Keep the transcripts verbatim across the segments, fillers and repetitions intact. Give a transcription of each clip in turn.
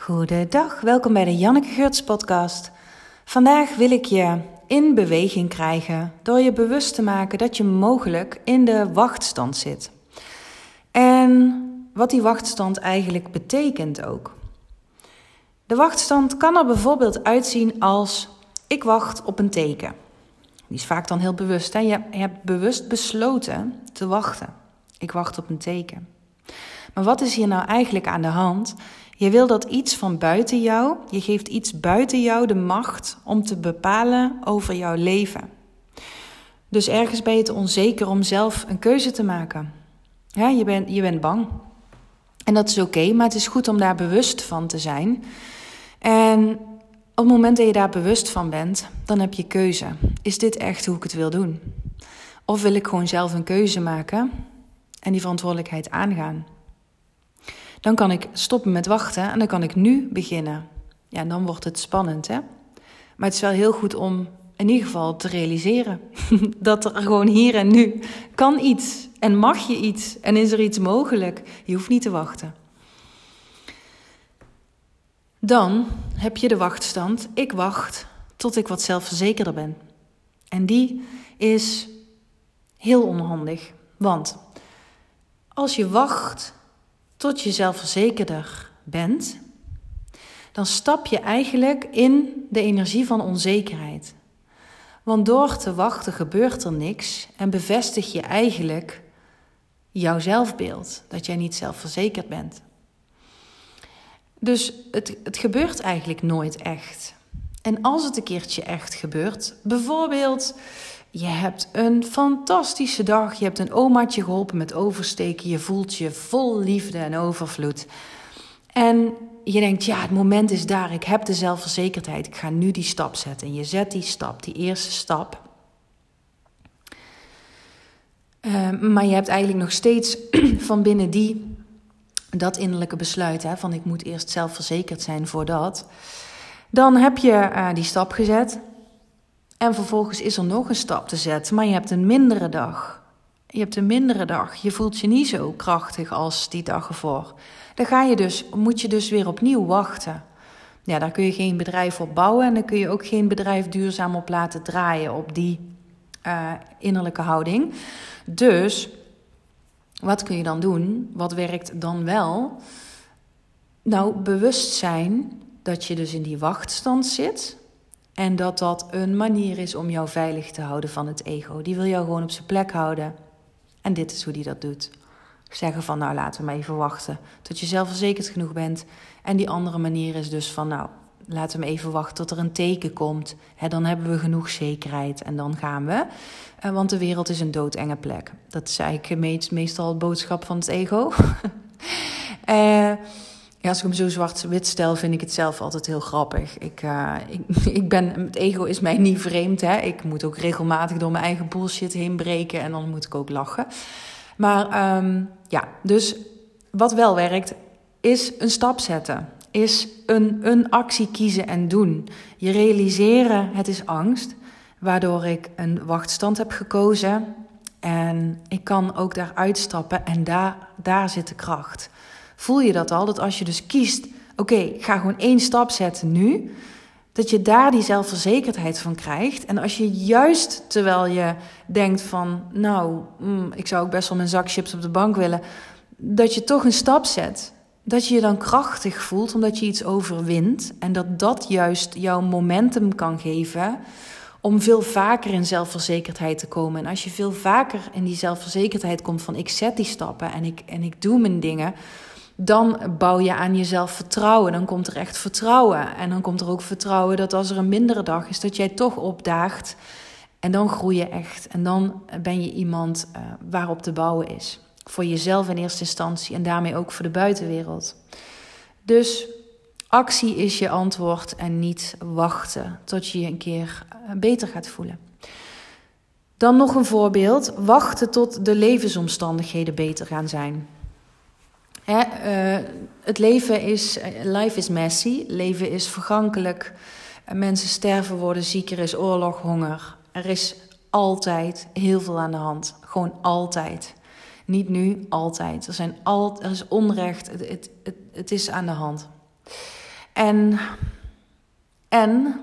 Goedendag, welkom bij de Janneke Geurts podcast. Vandaag wil ik je in beweging krijgen door je bewust te maken dat je mogelijk in de wachtstand zit. En wat die wachtstand eigenlijk betekent ook. De wachtstand kan er bijvoorbeeld uitzien als ik wacht op een teken. Die is vaak dan heel bewust. Hè? Je hebt bewust besloten te wachten. Ik wacht op een teken. Maar wat is hier nou eigenlijk aan de hand? Je wil dat iets van buiten jou, je geeft iets buiten jou de macht om te bepalen over jouw leven. Dus ergens ben je te onzeker om zelf een keuze te maken. Ja, je bent, je bent bang. En dat is oké, okay, maar het is goed om daar bewust van te zijn. En op het moment dat je daar bewust van bent, dan heb je keuze. Is dit echt hoe ik het wil doen? Of wil ik gewoon zelf een keuze maken en die verantwoordelijkheid aangaan? Dan kan ik stoppen met wachten en dan kan ik nu beginnen. Ja, en dan wordt het spannend, hè? Maar het is wel heel goed om in ieder geval te realiseren dat er gewoon hier en nu kan iets en mag je iets en is er iets mogelijk. Je hoeft niet te wachten. Dan heb je de wachtstand. Ik wacht tot ik wat zelfverzekerder ben. En die is heel onhandig. Want als je wacht tot je zelfverzekerder bent, dan stap je eigenlijk in de energie van onzekerheid. Want door te wachten gebeurt er niks en bevestig je eigenlijk jouw zelfbeeld, dat jij niet zelfverzekerd bent. Dus het, het gebeurt eigenlijk nooit echt. En als het een keertje echt gebeurt, bijvoorbeeld je hebt een fantastische dag, je hebt een omaatje geholpen met oversteken, je voelt je vol liefde en overvloed. En je denkt, ja, het moment is daar, ik heb de zelfverzekerdheid, ik ga nu die stap zetten. En je zet die stap, die eerste stap. Uh, maar je hebt eigenlijk nog steeds van binnen die, dat innerlijke besluit, hè, van ik moet eerst zelfverzekerd zijn voordat. Dan heb je uh, die stap gezet. En vervolgens is er nog een stap te zetten, maar je hebt een mindere dag. Je hebt een mindere dag. Je voelt je niet zo krachtig als die dag ervoor. Dan ga je dus, moet je dus weer opnieuw wachten. Ja, daar kun je geen bedrijf op bouwen en dan kun je ook geen bedrijf duurzaam op laten draaien op die uh, innerlijke houding. Dus wat kun je dan doen? Wat werkt dan wel? Nou, bewust zijn dat je dus in die wachtstand zit. En dat dat een manier is om jou veilig te houden van het ego. Die wil jou gewoon op zijn plek houden. En dit is hoe die dat doet. Zeggen van, nou laten we maar even wachten tot je zelfverzekerd genoeg bent. En die andere manier is dus van, nou laten we even wachten tot er een teken komt. He, dan hebben we genoeg zekerheid en dan gaan we. Uh, want de wereld is een doodenge plek. Dat is eigenlijk meest, meestal het boodschap van het ego. uh, Ja, als ik hem zo zwart-wit stel, vind ik het zelf altijd heel grappig. Ik, uh, ik, ik ben, het ego is mij niet vreemd. Hè? Ik moet ook regelmatig door mijn eigen bullshit heen breken en dan moet ik ook lachen. Maar um, ja, dus wat wel werkt, is een stap zetten. Is een, een actie kiezen en doen. Je realiseren, het is angst, waardoor ik een wachtstand heb gekozen. En ik kan ook daar uitstappen en daar, daar zit de kracht. Voel je dat al? Dat als je dus kiest, oké, okay, ik ga gewoon één stap zetten nu, dat je daar die zelfverzekerdheid van krijgt. En als je juist terwijl je denkt van, nou, mm, ik zou ook best wel mijn zak chips op de bank willen, dat je toch een stap zet. Dat je je dan krachtig voelt, omdat je iets overwint. En dat dat juist jouw momentum kan geven om veel vaker in zelfverzekerdheid te komen. En als je veel vaker in die zelfverzekerdheid komt van, ik zet die stappen en ik, en ik doe mijn dingen, dan bouw je aan je zelfvertrouwen. Dan komt er echt vertrouwen. En dan komt er ook vertrouwen dat als er een mindere dag is, dat jij toch opdaagt. En dan groei je echt. En dan ben je iemand uh, waarop te bouwen is. Voor jezelf in eerste instantie en daarmee ook voor de buitenwereld. Dus actie is je antwoord en niet wachten tot je je een keer uh, beter gaat voelen. Dan nog een voorbeeld. Wachten tot de levensomstandigheden beter gaan zijn. Hè, uh, het leven is, life is messy, leven is vergankelijk. Mensen sterven, worden ziek, er is oorlog, honger. Er is altijd heel veel aan de hand. Gewoon altijd. Niet nu, altijd. Er, zijn al, er is onrecht, het, het, het, het is aan de hand. En, en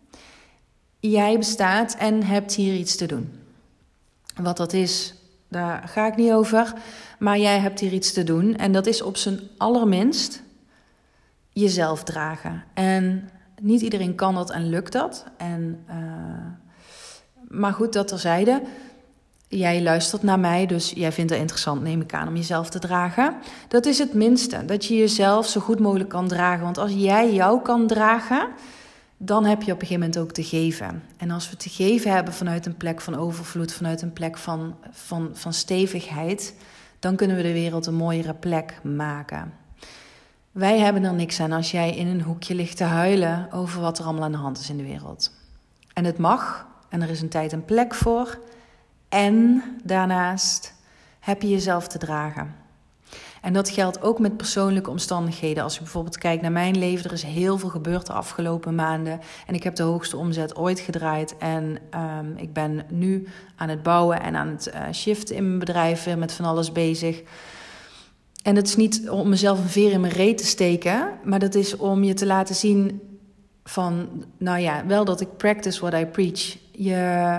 jij bestaat en hebt hier iets te doen. Wat dat is, daar ga ik niet over. Maar jij hebt hier iets te doen. En dat is op zijn allerminst jezelf dragen. En niet iedereen kan dat en lukt dat. En, uh, maar goed, dat terzijde. Jij luistert naar mij, dus jij vindt het interessant, neem ik aan, om jezelf te dragen. Dat is het minste, dat je jezelf zo goed mogelijk kan dragen. Want als jij jou kan dragen, dan heb je op een gegeven moment ook te geven. En als we te geven hebben vanuit een plek van overvloed, vanuit een plek van, van, van stevigheid, dan kunnen we de wereld een mooiere plek maken. Wij hebben er niks aan als jij in een hoekje ligt te huilen over wat er allemaal aan de hand is in de wereld. En het mag, en er is een tijd en plek voor. En daarnaast heb je jezelf te dragen. En dat geldt ook met persoonlijke omstandigheden. Als je bijvoorbeeld kijkt naar mijn leven, er is heel veel gebeurd de afgelopen maanden. En ik heb de hoogste omzet ooit gedraaid. En um, ik ben nu aan het bouwen en aan het uh, shiften in mijn bedrijf, weer met van alles bezig. En dat is niet om mezelf een veer in mijn reet te steken, maar dat is om je te laten zien van, nou ja, wel dat ik practice what I preach. Je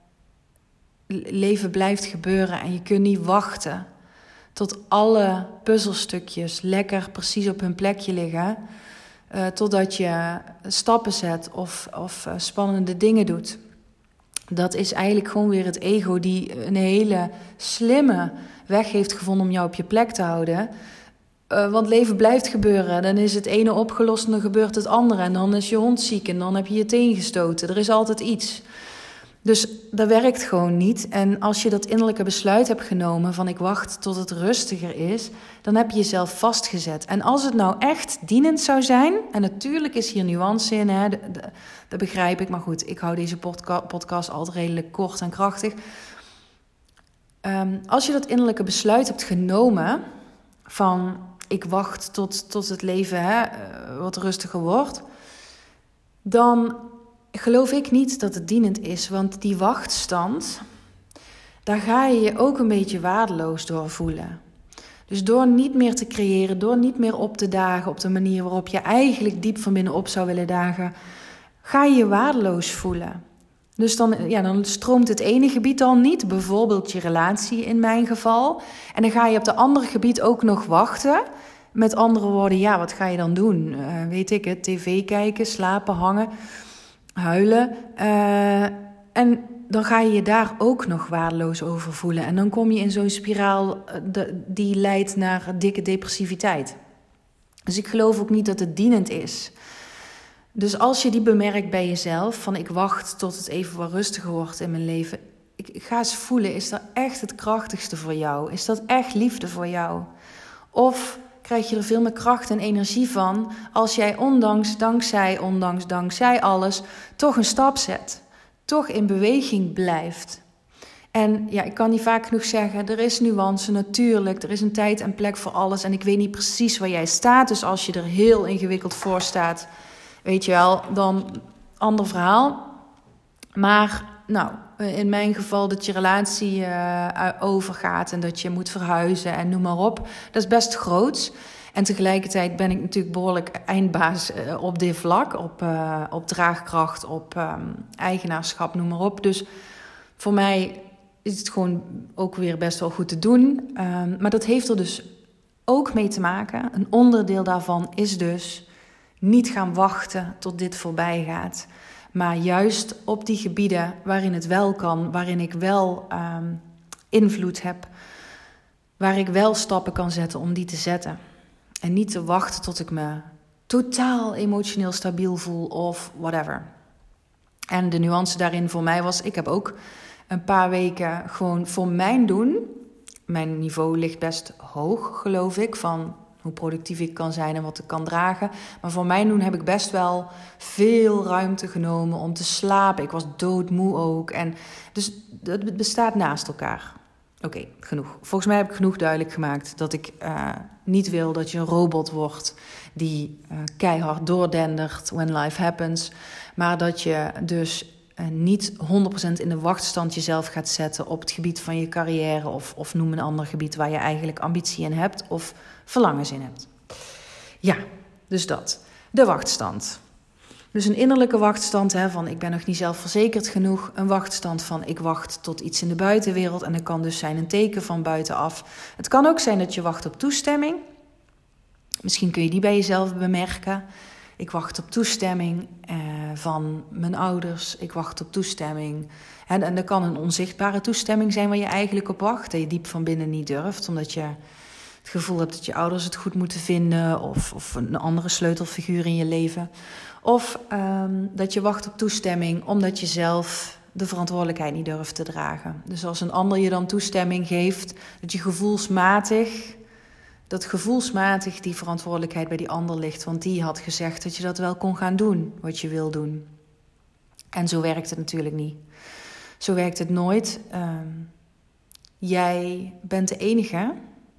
leven blijft gebeuren en je kunt niet wachten tot alle puzzelstukjes lekker precies op hun plekje liggen, uh, totdat je stappen zet of, of uh, spannende dingen doet. Dat is eigenlijk gewoon weer het ego die een hele slimme weg heeft gevonden om jou op je plek te houden. Uh, want leven blijft gebeuren. Dan is het ene opgelost en dan gebeurt het andere. En dan is je hond ziek en dan heb je je teen gestoten. Er is altijd iets. Dus dat werkt gewoon niet. En als je dat innerlijke besluit hebt genomen van ik wacht tot het rustiger is, dan heb je jezelf vastgezet. En als het nou echt dienend zou zijn, en natuurlijk is hier nuance in, hè, de, de, dat begrijp ik. Maar goed, ik hou deze podca- podcast altijd redelijk kort en krachtig. Um, als je dat innerlijke besluit hebt genomen van ik wacht tot, tot het leven hè, wat rustiger wordt, dan geloof ik niet dat het dienend is. Want die wachtstand, daar ga je je ook een beetje waardeloos door voelen. Dus door niet meer te creëren, door niet meer op te dagen op de manier waarop je eigenlijk diep van binnen op zou willen dagen, ga je je waardeloos voelen. Dus dan, ja, dan stroomt het ene gebied al niet, bijvoorbeeld je relatie in mijn geval. En dan ga je op de andere gebied ook nog wachten. Met andere woorden, ja, wat ga je dan doen? Uh, weet ik het, tv kijken, slapen, hangen, huilen. Uh, en dan ga je je daar ook nog waardeloos over voelen. En dan kom je in zo'n spiraal uh, de, die leidt naar dikke depressiviteit. Dus ik geloof ook niet dat het dienend is. Dus als je die bemerkt bij jezelf, van ik wacht tot het even wat rustiger wordt in mijn leven. Ik, ik ga eens voelen, is dat echt het krachtigste voor jou? Is dat echt liefde voor jou? Of krijg je er veel meer kracht en energie van als jij ondanks, dankzij, ondanks, dankzij alles, toch een stap zet. Toch in beweging blijft. En ja, ik kan niet vaak genoeg zeggen, er is nuance natuurlijk. Er is een tijd en plek voor alles. En ik weet niet precies waar jij staat. Dus als je er heel ingewikkeld voor staat, weet je wel, dan ander verhaal. Maar nou, in mijn geval dat je relatie uh, overgaat en dat je moet verhuizen en noem maar op. Dat is best groot. En tegelijkertijd ben ik natuurlijk behoorlijk eindbaas uh, op dit vlak. Op, uh, op draagkracht, op um, eigenaarschap, noem maar op. Dus voor mij is het gewoon ook weer best wel goed te doen. Um, maar dat heeft er dus ook mee te maken. Een onderdeel daarvan is dus niet gaan wachten tot dit voorbij gaat. Maar juist op die gebieden waarin het wel kan, waarin ik wel um, invloed heb, waar ik wel stappen kan zetten om die te zetten. En niet te wachten tot ik me totaal emotioneel stabiel voel of whatever. En de nuance daarin voor mij was, ik heb ook een paar weken gewoon voor mijn doen. Mijn niveau ligt best hoog, geloof ik, van hoe productief ik kan zijn en wat ik kan dragen. Maar voor mijn doen heb ik best wel veel ruimte genomen om te slapen. Ik was doodmoe ook. En dus het bestaat naast elkaar. Oké, okay, genoeg. Volgens mij heb ik genoeg duidelijk gemaakt dat ik uh, niet wil dat je een robot wordt die uh, keihard doordendert when life happens. Maar dat je dus uh, niet honderd procent in de wachtstand jezelf gaat zetten op het gebied van je carrière of, of noem een ander gebied waar je eigenlijk ambitie in hebt of verlangens in hebt. Ja, dus dat. De wachtstand. Dus een innerlijke wachtstand hè, van ik ben nog niet zelfverzekerd genoeg. Een wachtstand van ik wacht tot iets in de buitenwereld. En dat kan dus zijn een teken van buitenaf. Het kan ook zijn dat je wacht op toestemming. Misschien kun je die bij jezelf bemerken. Ik wacht op toestemming eh, van mijn ouders. Ik wacht op toestemming. En, en dat kan een onzichtbare toestemming zijn waar je eigenlijk op wacht. Dat je diep van binnen niet durft. Omdat je het gevoel hebt dat je ouders het goed moeten vinden. Of, of een andere sleutelfiguur in je leven. Of um, dat je wacht op toestemming omdat je zelf de verantwoordelijkheid niet durft te dragen. Dus als een ander je dan toestemming geeft, dat je gevoelsmatig, dat gevoelsmatig die verantwoordelijkheid bij die ander ligt. Want die had gezegd dat je dat wel kon gaan doen, wat je wil doen. En zo werkt het natuurlijk niet. Zo werkt het nooit. Um, jij bent de enige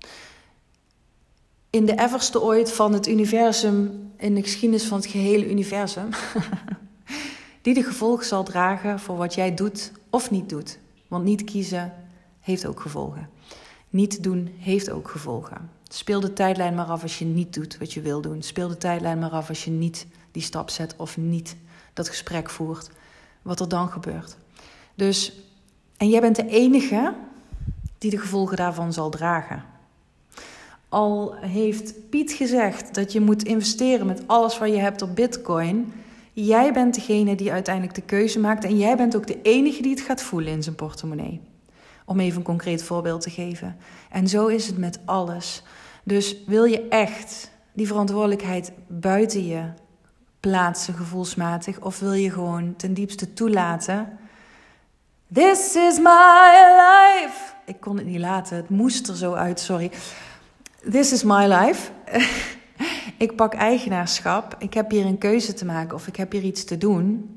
in de everste ooit van het universum, in de geschiedenis van het gehele universum, die de gevolgen zal dragen voor wat jij doet of niet doet. Want niet kiezen heeft ook gevolgen. Niet doen heeft ook gevolgen. Speel de tijdlijn maar af als je niet doet wat je wil doen. Speel de tijdlijn maar af als je niet die stap zet of niet dat gesprek voert. Wat er dan gebeurt. Dus, en jij bent de enige die de gevolgen daarvan zal dragen. Al heeft Piet gezegd dat je moet investeren met alles wat je hebt op Bitcoin. Jij bent degene die uiteindelijk de keuze maakt. En jij bent ook de enige die het gaat voelen in zijn portemonnee. Om even een concreet voorbeeld te geven. En zo is het met alles. Dus wil je echt die verantwoordelijkheid buiten je plaatsen gevoelsmatig? Of wil je gewoon ten diepste toelaten? This is my life. Ik kon het niet laten, het moest er zo uit, sorry. This is my life. Ik pak eigenaarschap. Ik heb hier een keuze te maken of ik heb hier iets te doen.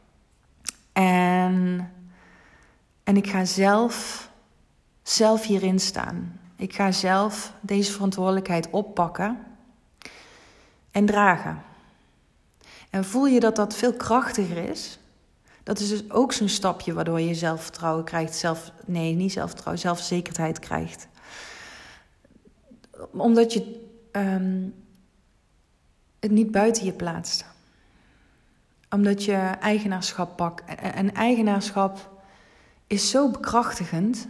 En, en ik ga zelf, zelf hierin staan. Ik ga zelf deze verantwoordelijkheid oppakken en dragen. En voel je dat dat veel krachtiger is? Dat is dus ook zo'n stapje waardoor je zelfvertrouwen krijgt. Zelf, nee, niet zelfvertrouwen, zelfverzekerdheid krijgt. Omdat je um, het niet buiten je plaatst. Omdat je eigenaarschap pakt. En eigenaarschap is zo bekrachtigend.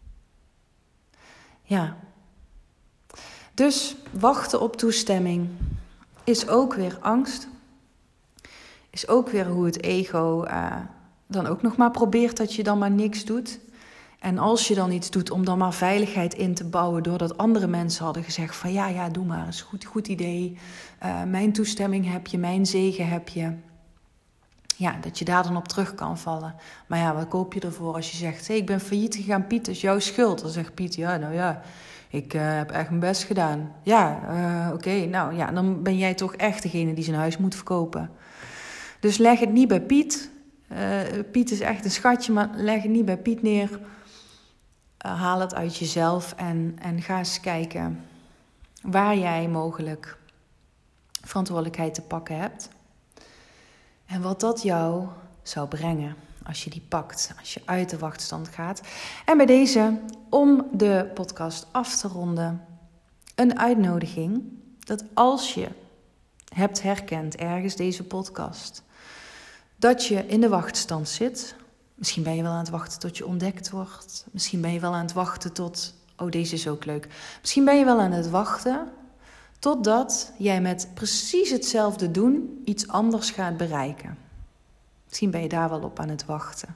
Ja. Dus wachten op toestemming is ook weer angst. Is ook weer hoe het ego uh, dan ook nog maar probeert dat je dan maar niks doet. En als je dan iets doet om dan maar veiligheid in te bouwen, doordat andere mensen hadden gezegd van ja, ja, doe maar, is goed, goed idee. Uh, mijn toestemming heb je, mijn zegen heb je. Ja, dat je daar dan op terug kan vallen. Maar ja, wat koop je ervoor als je zegt, hey, ik ben failliet gegaan, Piet, dat is jouw schuld. Dan zegt Piet, ja, nou ja, ik uh, heb echt mijn best gedaan. Ja, uh, oké, okay, nou ja, dan ben jij toch echt degene die zijn huis moet verkopen. Dus leg het niet bij Piet. Uh, Piet is echt een schatje, maar leg het niet bij Piet neer. Uh, haal het uit jezelf en, en ga eens kijken waar jij mogelijk verantwoordelijkheid te pakken hebt. En wat dat jou zou brengen als je die pakt, als je uit de wachtstand gaat. En bij deze, om de podcast af te ronden, een uitnodiging dat als je hebt herkend ergens deze podcast, dat je in de wachtstand zit. Misschien ben je wel aan het wachten tot je ontdekt wordt. Misschien ben je wel aan het wachten tot, oh deze is ook leuk. Misschien ben je wel aan het wachten totdat jij met precies hetzelfde doen iets anders gaat bereiken. Misschien ben je daar wel op aan het wachten.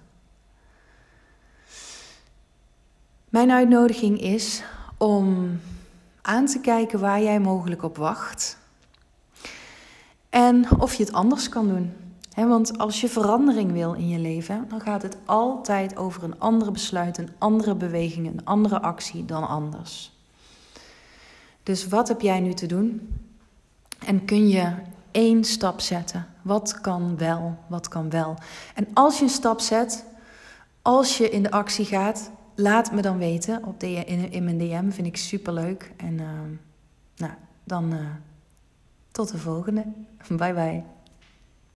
Mijn uitnodiging is om aan te kijken waar jij mogelijk op wacht. En of je het anders kan doen. He, want als je verandering wil in je leven, dan gaat het altijd over een andere besluit, een andere beweging, een andere actie dan anders. Dus wat heb jij nu te doen? En kun je één stap zetten? Wat kan wel? Wat kan wel? En als je een stap zet, als je in de actie gaat, laat me dan weten op de, in, in mijn D M. Vind ik superleuk. En uh, nou, dan uh, tot de volgende. Bye bye.